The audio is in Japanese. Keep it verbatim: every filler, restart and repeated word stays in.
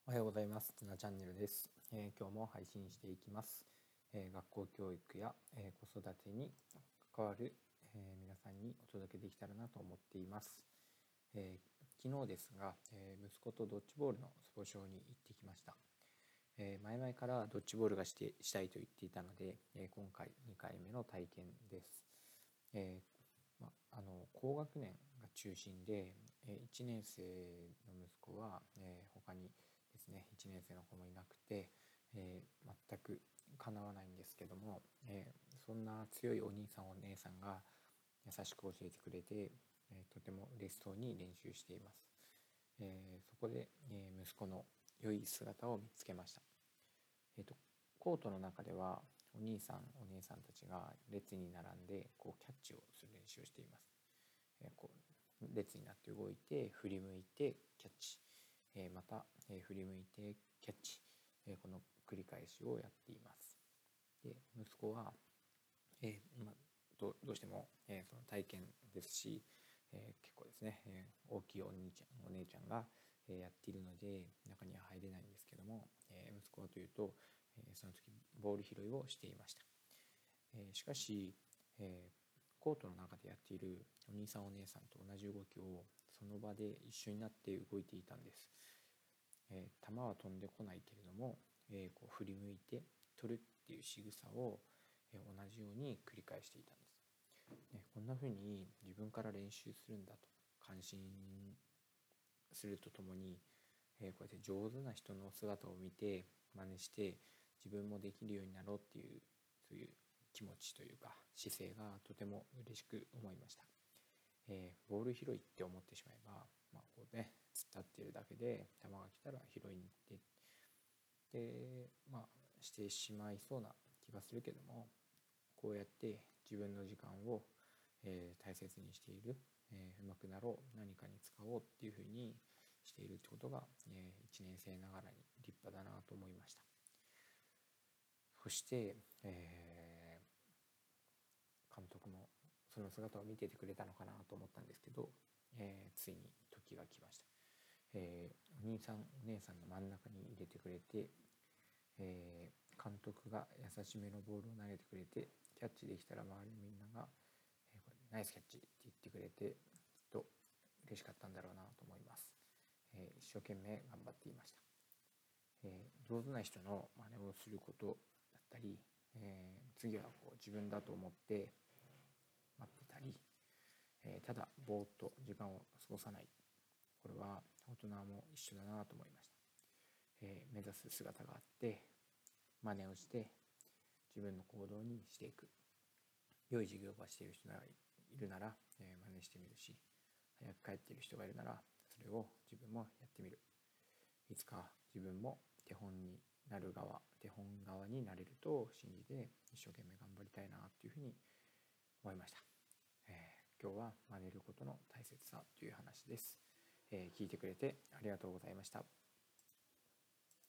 おはようございます。つなチャンネルです。えー今日も配信していきます。えー学校教育や、えー子育てに関わる、えー皆さんにお届けできたらなと思っています。えー昨日ですが、えー息子とドッジボールのスポ少に行ってきました。えー前々からドッジボールがしてしたいと言っていたので、えー今回にかいめの体験です。えーま、あの高学年が中心で、えーいちねん生の息子は、えー他にですねいちねん生の子もいなくて、えー全くかなわないんですけども、えーそんな強いお兄さんお姉さんが優しく教えてくれて、えーとても嬉しそうに練習しています。えーそこで、えー息子の良い姿を見つけました。えーとコートの中ではお兄さんお姉さんたちが列に並んでこうキャッチをする練習をしています。えーこう列になって動いて振り向いてキャッチ、えーまた、えー振り向いてキャッチ、えーこの繰り返しをやっています。で息子は、えーまあ、どどうしても、えーその体験ですし、えー結構ですね、えー大きいお兄ちゃんお姉ちゃんが、えーやっているので中には入れないんですけども、えー息子はというと、えーその時ボール拾いをしていました。えーしかし、えーコートの中でやっているお兄さんお姉さんと同じ動きをその場で一緒になって動いていたんです。えー球は飛んでこないけれども、えーこう振り向いて取るっていう仕草を、えー同じように繰り返していたんです。ね、こんな風に自分から練習するんだと感心するとともに、えーこうやって上手な人の姿を見て真似して自分もできるようになろうっていうそういう気持ちというか姿勢がとても嬉しく思いました。えーボール拾いって思ってしまえば、まあこうね、突っ立っているだけで球が来たら拾いに行ってで、まあ、してしまいそうな気がするけども、こうやって自分の時間を、えー大切にしている、えー、上手くなろう何かに使おうっていうふうにしているってことが、えー、いちねん生ながらに立派だなと思いました。そして、えー監督もその姿を見ててくれたのかなと思ったんですけど、えーついに時が来ました。えーお兄さんお姉さんの真ん中に入れてくれて、えー監督が優しめのボールを投げてくれてキャッチできたら周りのみんなが、えーこれナイスキャッチって言ってくれてきっと嬉しかったんだろうなと思います。えー一生懸命頑張っていました。えー上手な人の真似をすることだったり、えー次はこう自分だと思って待ってたり、えーただぼーっと時間を過ごさない、これは大人も一緒だなと思いました。えー目指す姿があって真似をして自分の行動にしていく。良い授業がしている人がいるなら、えー真似してみるし、早く帰っている人がいるならそれを自分もやってみる。いつか自分も手本になる側手本側になれると信じて一生懸命頑張りたいなというふうに思いました。えー今日は真似ることの大切さという話です。えー聞いてくれてありがとうございました。